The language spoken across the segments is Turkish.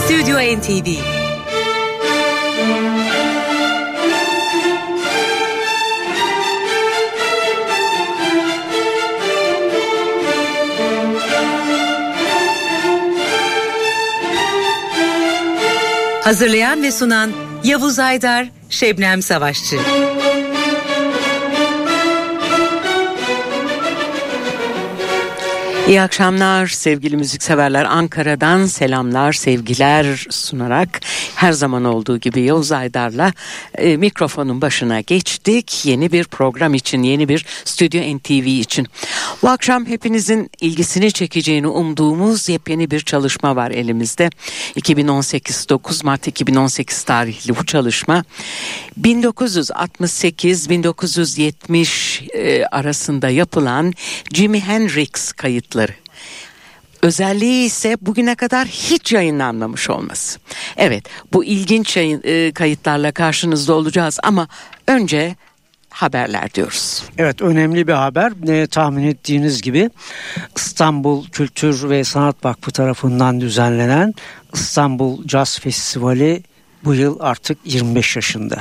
Stüdyo NTV. Hazırlayan ve sunan Yavuz Aydar, Şebnem Savaşçı. İyi akşamlar sevgili müzikseverler. Ankara'dan selamlar, sevgiler sunarak her zaman olduğu gibi Yavuz Aydar'la mikrofonun başına geçtik. Yeni bir program için, yeni bir Stüdyo NTV için. Bu akşam hepinizin ilgisini çekeceğini umduğumuz yepyeni bir çalışma var elimizde. 9 Mart 2018 tarihli bu çalışma 1968-1970 arasında yapılan Jimi Hendrix kayıtları. Özelliği ise bugüne kadar hiç yayınlanmamış olması. Evet, bu ilginç kayıtlarla karşınızda olacağız ama önce haberler diyoruz. Evet, önemli bir haber. Tahmin ettiğiniz gibi İstanbul Kültür ve Sanat Vakfı tarafından düzenlenen İstanbul Caz Festivali bu yıl artık 25 yaşında.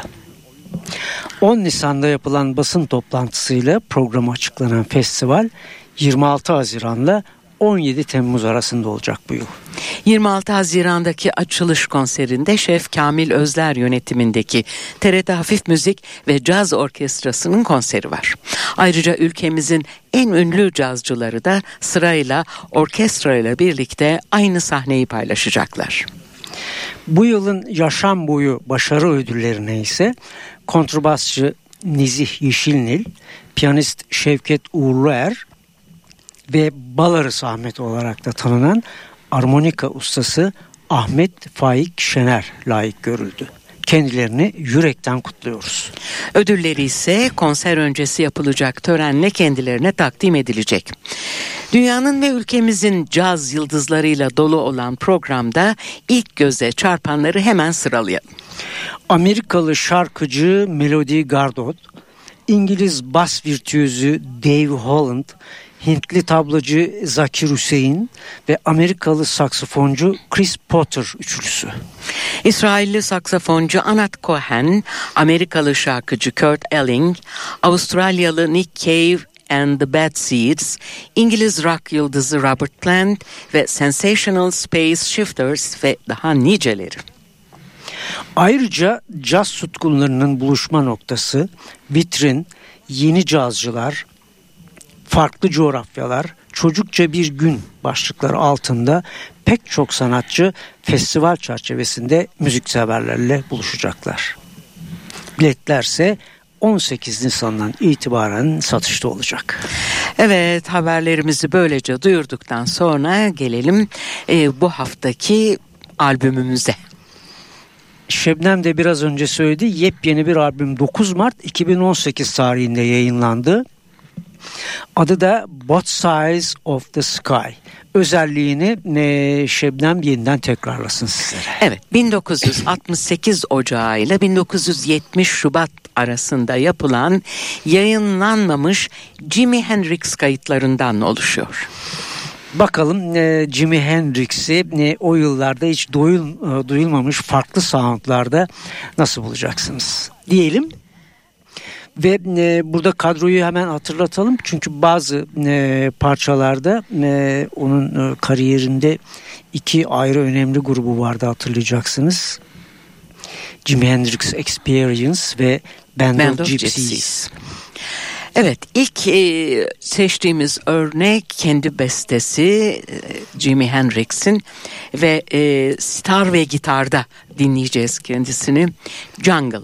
10 Nisan'da yapılan basın toplantısıyla programı açıklanan festival 26 Haziran'la 17 Temmuz arasında olacak bu yıl. 26 Haziran'daki açılış konserinde Şef Kamil Özler yönetimindeki TRT Hafif Müzik ve Caz Orkestrası'nın konseri var. Ayrıca ülkemizin en ünlü cazcıları da sırayla orkestrayla birlikte aynı sahneyi paylaşacaklar. Bu yılın yaşam boyu başarı ödüllerine ise kontrbasçı Nezih Yeşilnil, piyanist Şevket Uğurluer ve Balarız Ahmet olarak da tanınan armonika ustası Ahmet Faik Şener layık görüldü. Kendilerini yürekten kutluyoruz. Ödülleri ise konser öncesi yapılacak törenle kendilerine takdim edilecek. Dünyanın ve ülkemizin caz yıldızlarıyla dolu olan programda ilk göze çarpanları hemen sıralayalım. Amerikalı şarkıcı Melody Gardot, İngiliz bas virtüözü Dave Holland, Hintli tablacı Zakir Hüseyin ve Amerikalı saksafoncu Chris Potter üçlüsü. İsrailli saksafoncu Anat Cohen, Amerikalı şarkıcı Kurt Elling, Avustralyalı Nick Cave and the Bad Seeds, İngiliz rock yıldızı Robert Plant ve Sensational Space Shifters ve daha niceleri. Ayrıca caz tutkunlarının buluşma noktası, vitrin, yeni cazcılar, farklı coğrafyalar, çocukça bir gün başlıkları altında pek çok sanatçı festival çerçevesinde müzikseverlerle buluşacaklar. Biletlerse 18 Nisan'dan itibaren satışta olacak. Evet, haberlerimizi böylece duyurduktan sonra gelelim bu haftaki albümümüze. Şebnem de biraz önce söyledi, yepyeni bir albüm 9 Mart 2018 tarihinde yayınlandı. Adı da Both Sides of the Sky. Özelliğini Şebnem yeniden tekrarlasın sizlere. Evet, 1968 Ocağı ile 1970 Şubat arasında yapılan yayınlanmamış Jimi Hendrix kayıtlarından oluşuyor. Bakalım Jimi Hendrix'i o yıllarda hiç duyulmamış farklı soundlarda nasıl bulacaksınız diyelim. Ve burada kadroyu hemen hatırlatalım. Çünkü bazı parçalarda onun kariyerinde iki ayrı önemli grubu vardı, hatırlayacaksınız. Jimi Hendrix Experience ve Band of Gypsies. Evet, ilk seçtiğimiz örnek kendi bestesi Jimi Hendrix'in ve sitar ve gitarda dinleyeceğiz kendisini. Jungle.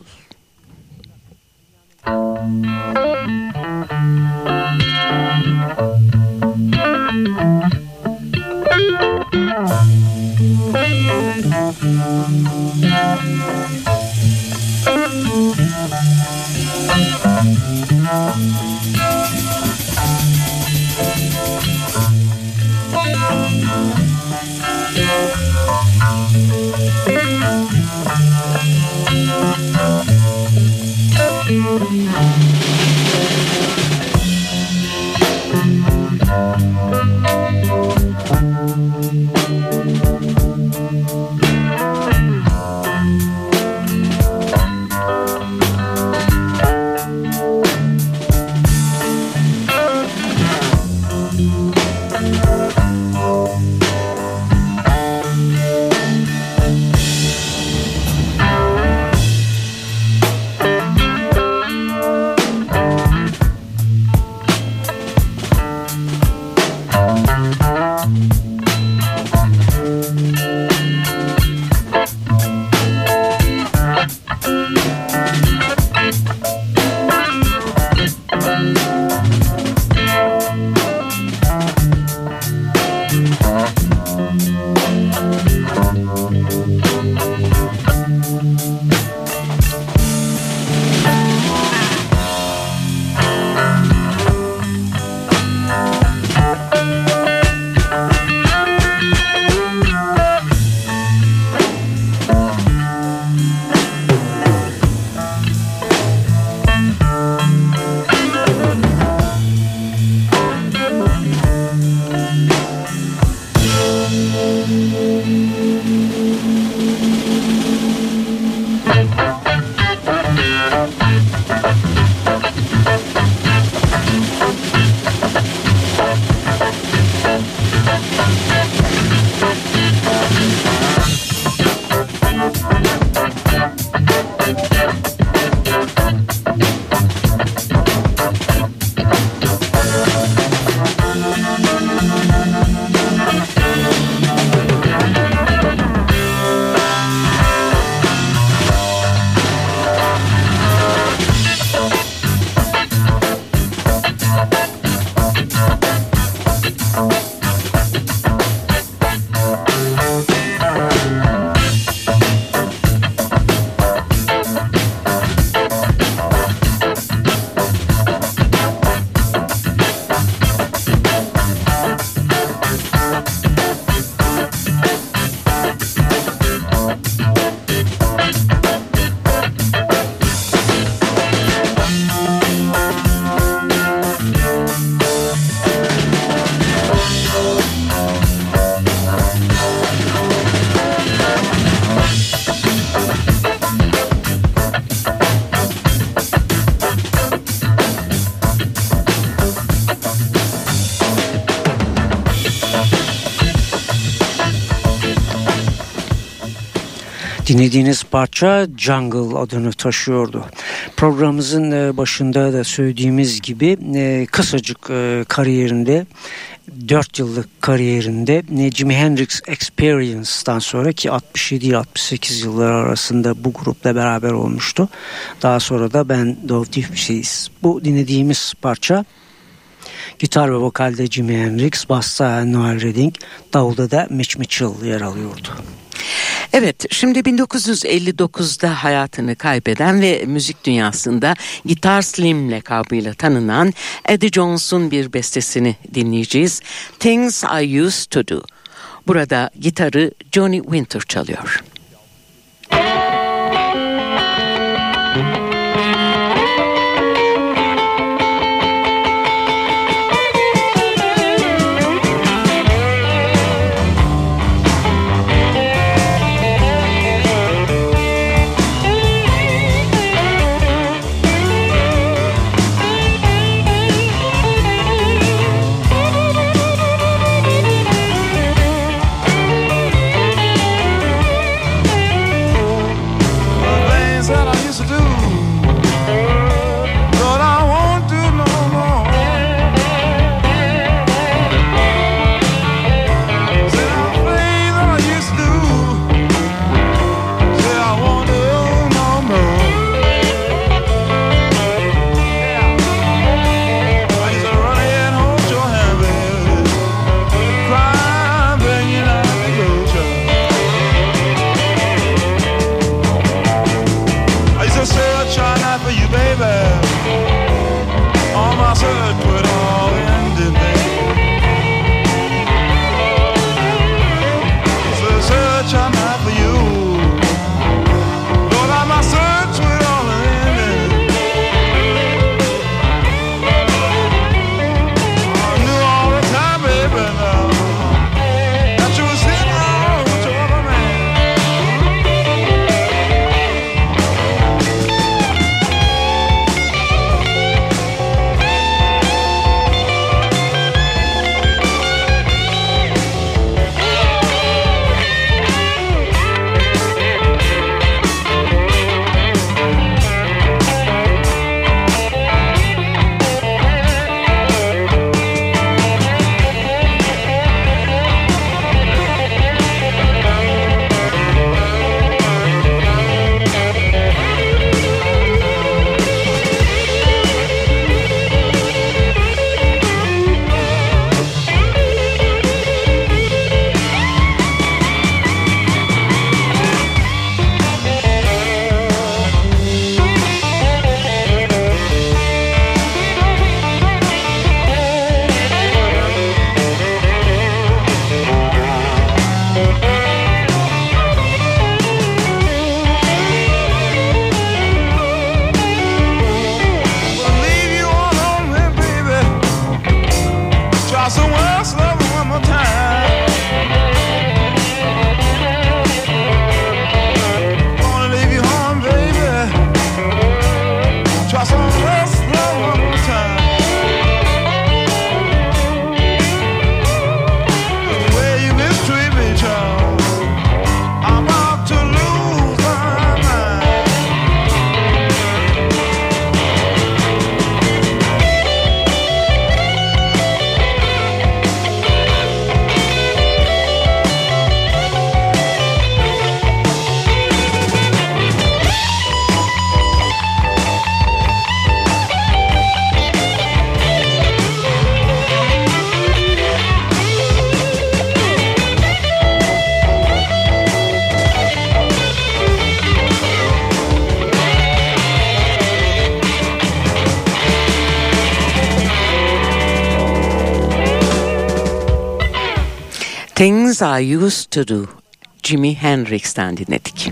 Dinlediğiniz parça Jungle adını taşıyordu. Programımızın başında da söylediğimiz gibi kısacık kariyerinde, 4 yıllık kariyerinde Jimi Hendrix Experience'dan sonra, ki 67-68 yılları arasında bu grupla beraber olmuştu. Daha sonra da Band of Gypsies. Bu dinlediğimiz parça gitar ve vokalde Jimi Hendrix, basta Noel Redding, davulda da Mitch Mitchell yer alıyordu. Evet, şimdi 1959'da hayatını kaybeden ve müzik dünyasında Guitar Slim lakabıyla tanınan Eddie Jones'un bir bestesini dinleyeceğiz. Things I Used to Do. Burada gitarı Johnny Winter çalıyor. Things I Used to Do, Jimi Hendrix'ten dinledik.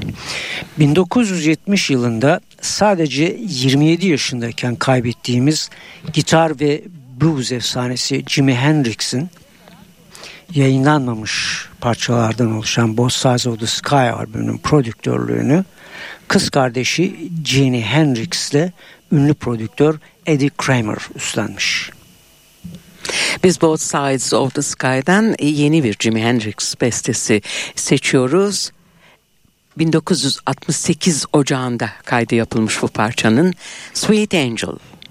1970 yılında sadece 27 yaşındayken kaybettiğimiz gitar ve blues efsanesi Jimi Hendrix'in yayınlanmamış parçalardan oluşan Both Sides of the Sky albümünün prodüktörlüğünü kız kardeşi Jimi Hendrix'le ünlü prodüktör Eddie Kramer üstlenmiş. Biz Both Sides of the Sky'dan yeni bir Jimi Hendrix bestesi seçiyoruz. 1968 Ocağı'nda kaydı yapılmış bu parçanın. Sweet Angel.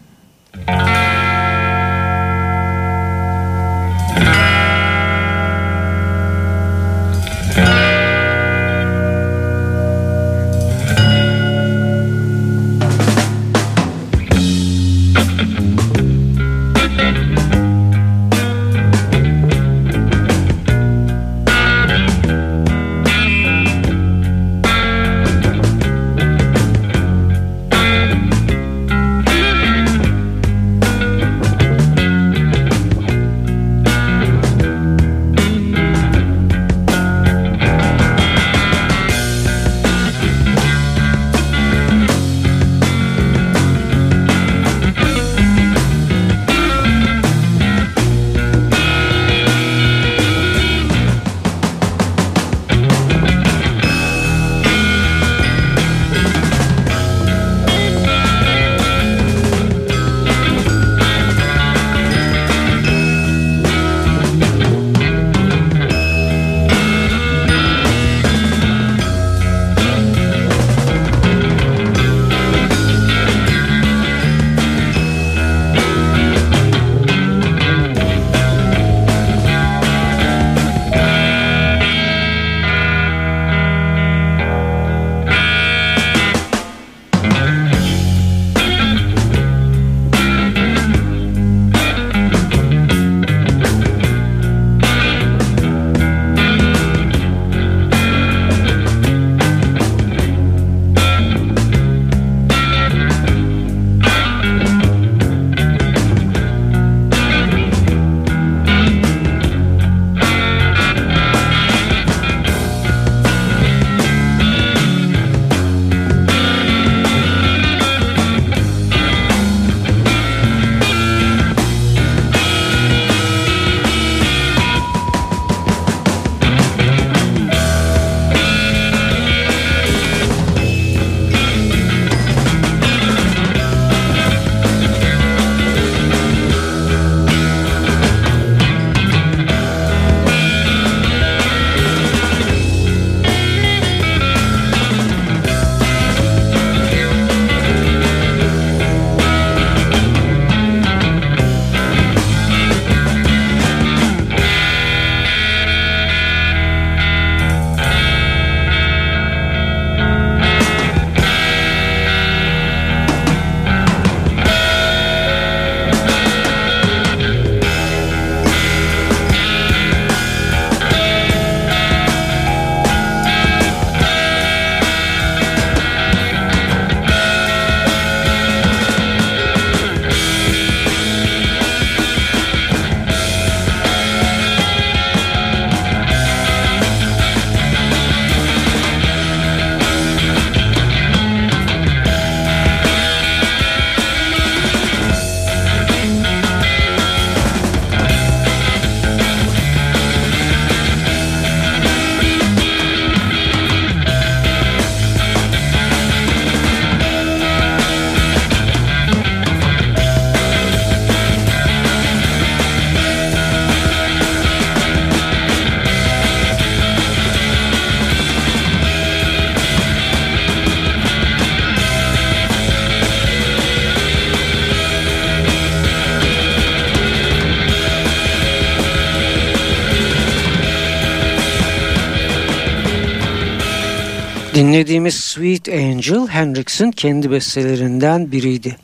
Dinlediğimiz Sweet Angel, Hendrix'in kendi bestelerinden biriydi.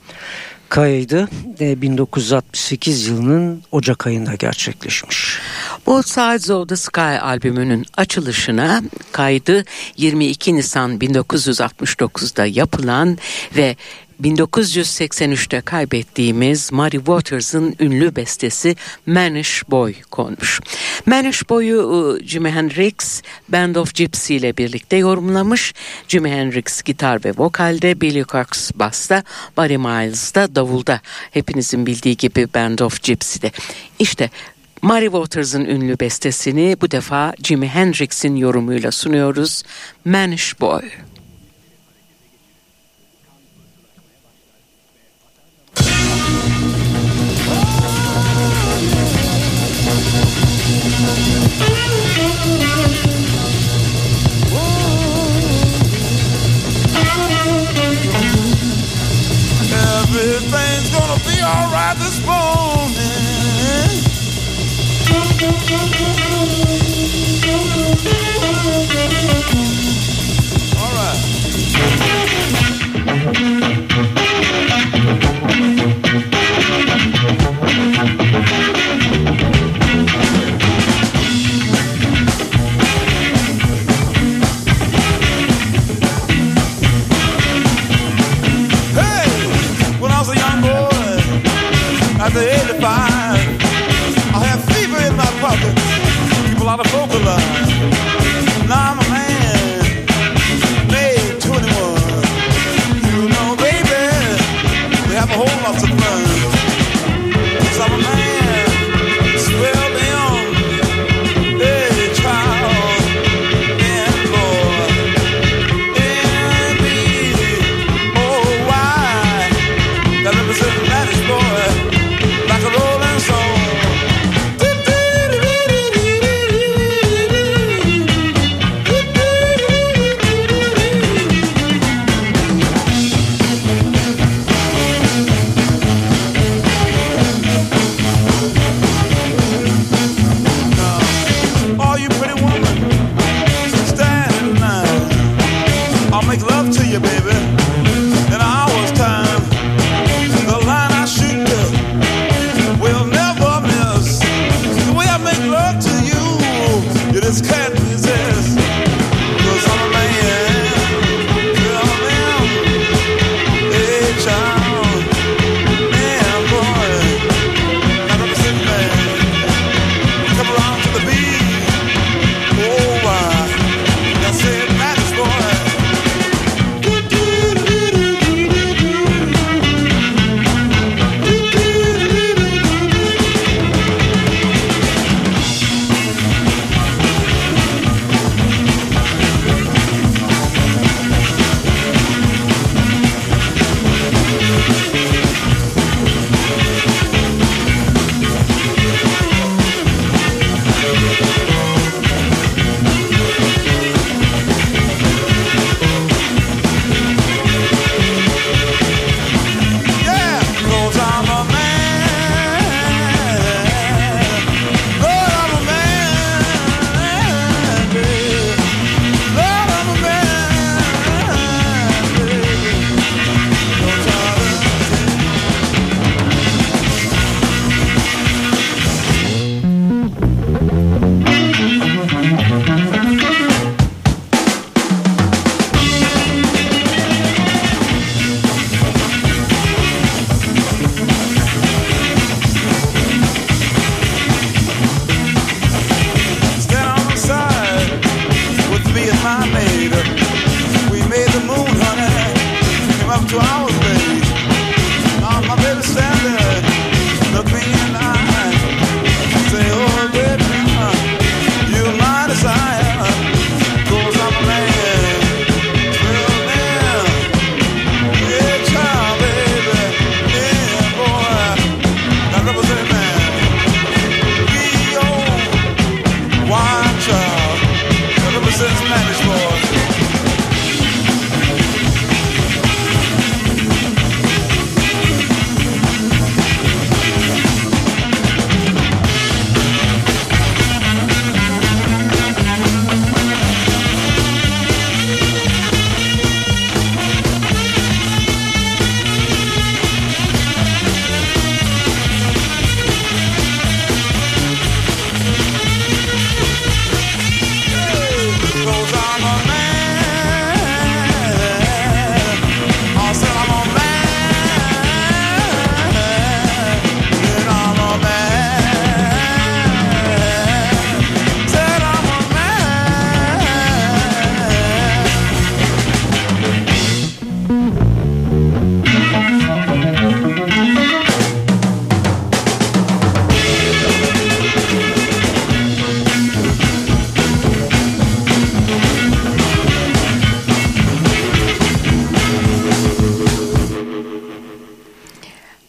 Kaydı 1968 yılının Ocak ayında gerçekleşmiş. Both Sides of the Sky albümünün açılışına kaydı 22 Nisan 1969'da yapılan ve 1983'te kaybettiğimiz Muddy Waters'ın ünlü bestesi Manish Boy konmuş. Manish Boy'u Jimi Hendrix Band of Gypsy ile birlikte yorumlamış. Jimi Hendrix gitar ve vokalde, Billy Cox basta, Buddy Miles da davulda. Hepinizin bildiği gibi Band of Gypsy'de. İşte Muddy Waters'ın ünlü bestesini bu defa Jimi Hendrix'in yorumuyla sunuyoruz. Manish Boy. alright this morning. All right. At the age of 5, I have fever in my pocket. People out of folk alive. Now I'm a man, made 21. You know, baby, we have a whole lot of fun. 'Cause I'm a man, swell beyond a child and boy. And me, oh, why? That represents the Spanish boy. Like a rolling stone. All you pretty woman, stand in line. I'll make love to you, baby, in an hour's time. The line I shoot you will never miss. The way I make love to you, you just can't resist. 'Cause I'm a man, I'm a man, hey child, man, boy, not a sick man. Come around to the beat, oh why? That's it, matters, boy.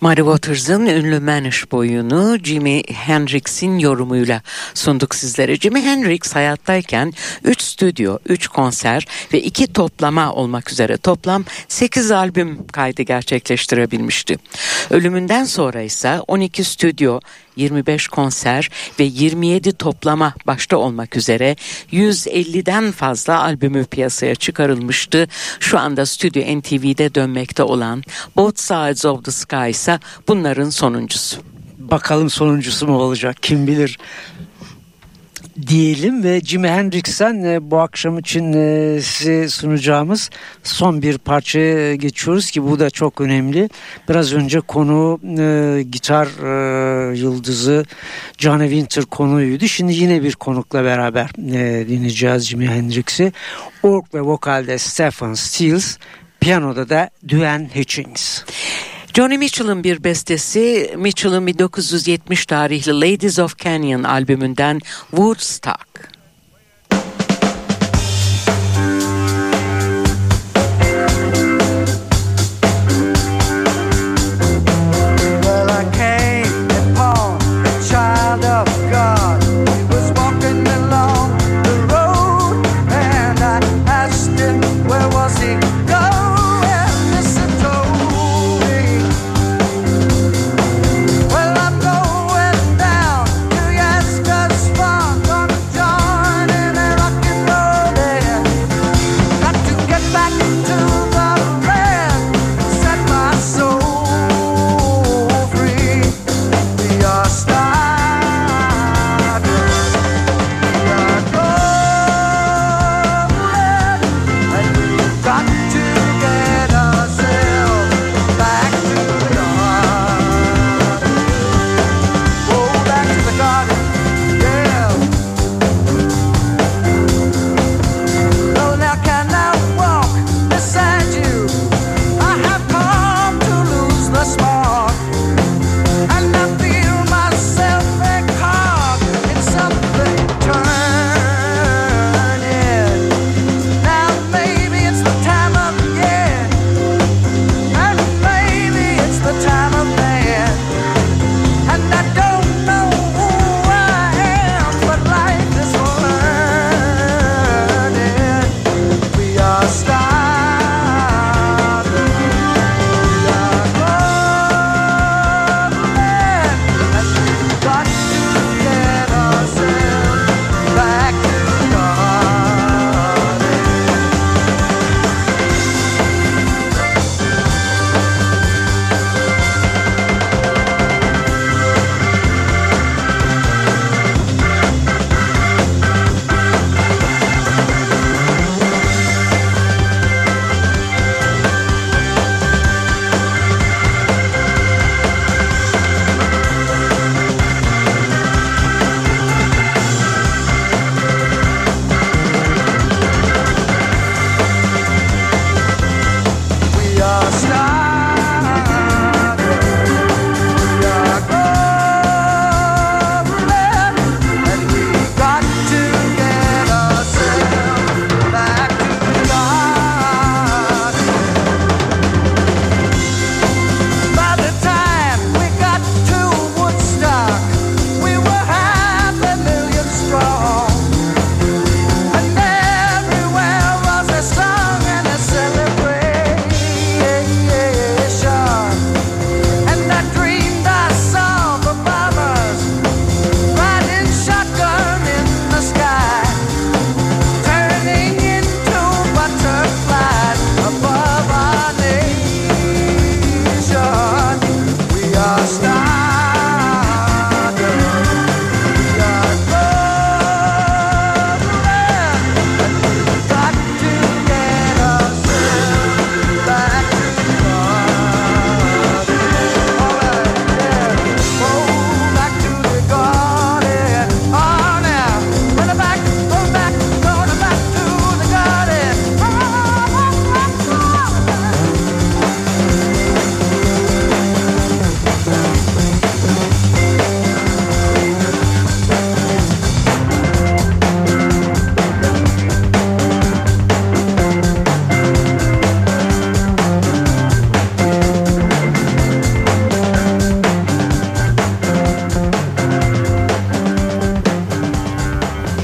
Muddy Waters'ın ünlü Manish boyunu Jimi Hendrix'in yorumuyla sunduk sizlere. Jimi Hendrix hayattayken 3 stüdyo, 3 konser ve 2 toplama olmak üzere toplam 8 albüm kaydı gerçekleştirebilmişti. Ölümünden sonra ise 12 stüdyo, 25 konser ve 27 toplama başta olmak üzere 150'den fazla albümü piyasaya çıkarılmıştı. Şu anda Stüdyo NTV'de dönmekte olan Both Sides of the Sky ise bunların sonuncusu. Bakalım sonuncusu mu olacak, kim bilir diyelim ve Jimi Hendrix'ten bu akşam için size sunacağımız son bir parçaya geçiyoruz ki bu da çok önemli. Biraz önce konu gitar yıldızı Johnny Winter konuğuydu. Şimdi yine bir konukla beraber dinleyeceğiz Jimi Hendrix'i. Org ve vokalde Stephen Stills, piyanoda da Duane Hutchings. Johnny Mitchell'ın bir bestesi, Mitchell'ın 1970 tarihli Ladies of Canyon albümünden Woodstock. Well, I'm going down to Yaska's Farm, gonna join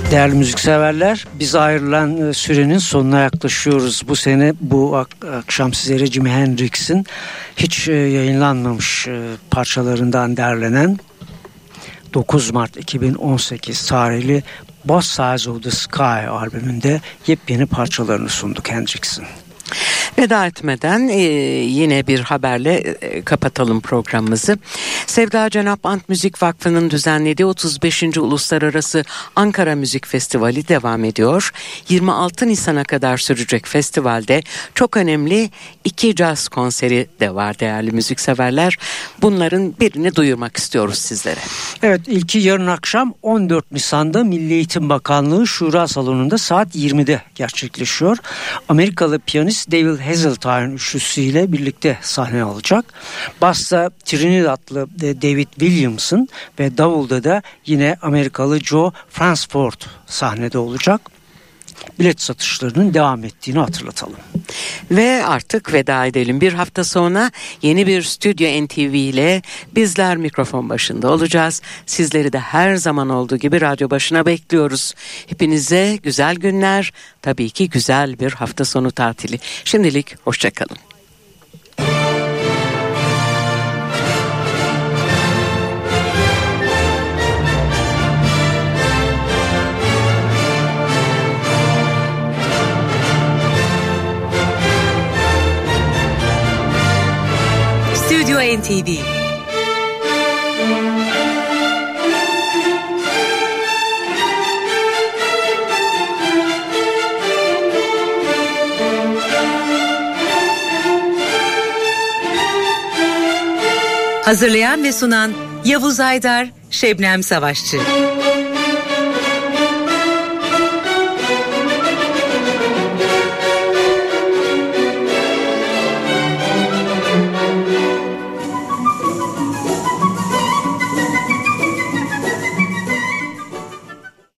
Değerli müzikseverler, bize ayrılan sürenin sonuna yaklaşıyoruz. Bu sene bu akşam sizlere Jimi Hendrix'in hiç yayınlanmamış parçalarından derlenen 9 Mart 2018 tarihli Both Sides of the Sky albümünde yepyeni parçalarını sunduk Hendrix'in. Veda etmeden yine bir haberle kapatalım programımızı. Sevda Cenap Ant Müzik Vakfı'nın düzenlediği 35. Uluslararası Ankara Müzik Festivali devam ediyor. 26 Nisan'a kadar sürecek festivalde çok önemli 2 caz konseri de var değerli müzikseverler. Bunların birini duyurmak istiyoruz sizlere. Evet, ilki yarın akşam 14 Nisan'da Milli Eğitim Bakanlığı Şura Salonu'nda saat 20'de gerçekleşiyor. Amerikalı piyanist David Hazeltine üçlüsüyle birlikte sahne alacak. Basta Trinidadlı David Williamson ve davulda da yine Amerikalı Joe Fransford sahnede olacak. Bilet satışlarının devam ettiğini hatırlatalım. Ve artık veda edelim. Bir hafta sonra yeni bir Stüdyo NTV ile bizler mikrofon başında olacağız. Sizleri de her zaman olduğu gibi radyo başına bekliyoruz. Hepinize güzel günler, tabii ki güzel bir hafta sonu tatili. Şimdilik hoşçakalın. Stüdyo NTV. Hazırlayan ve sunan Yavuz Aydar, Şebnem Savaşçı.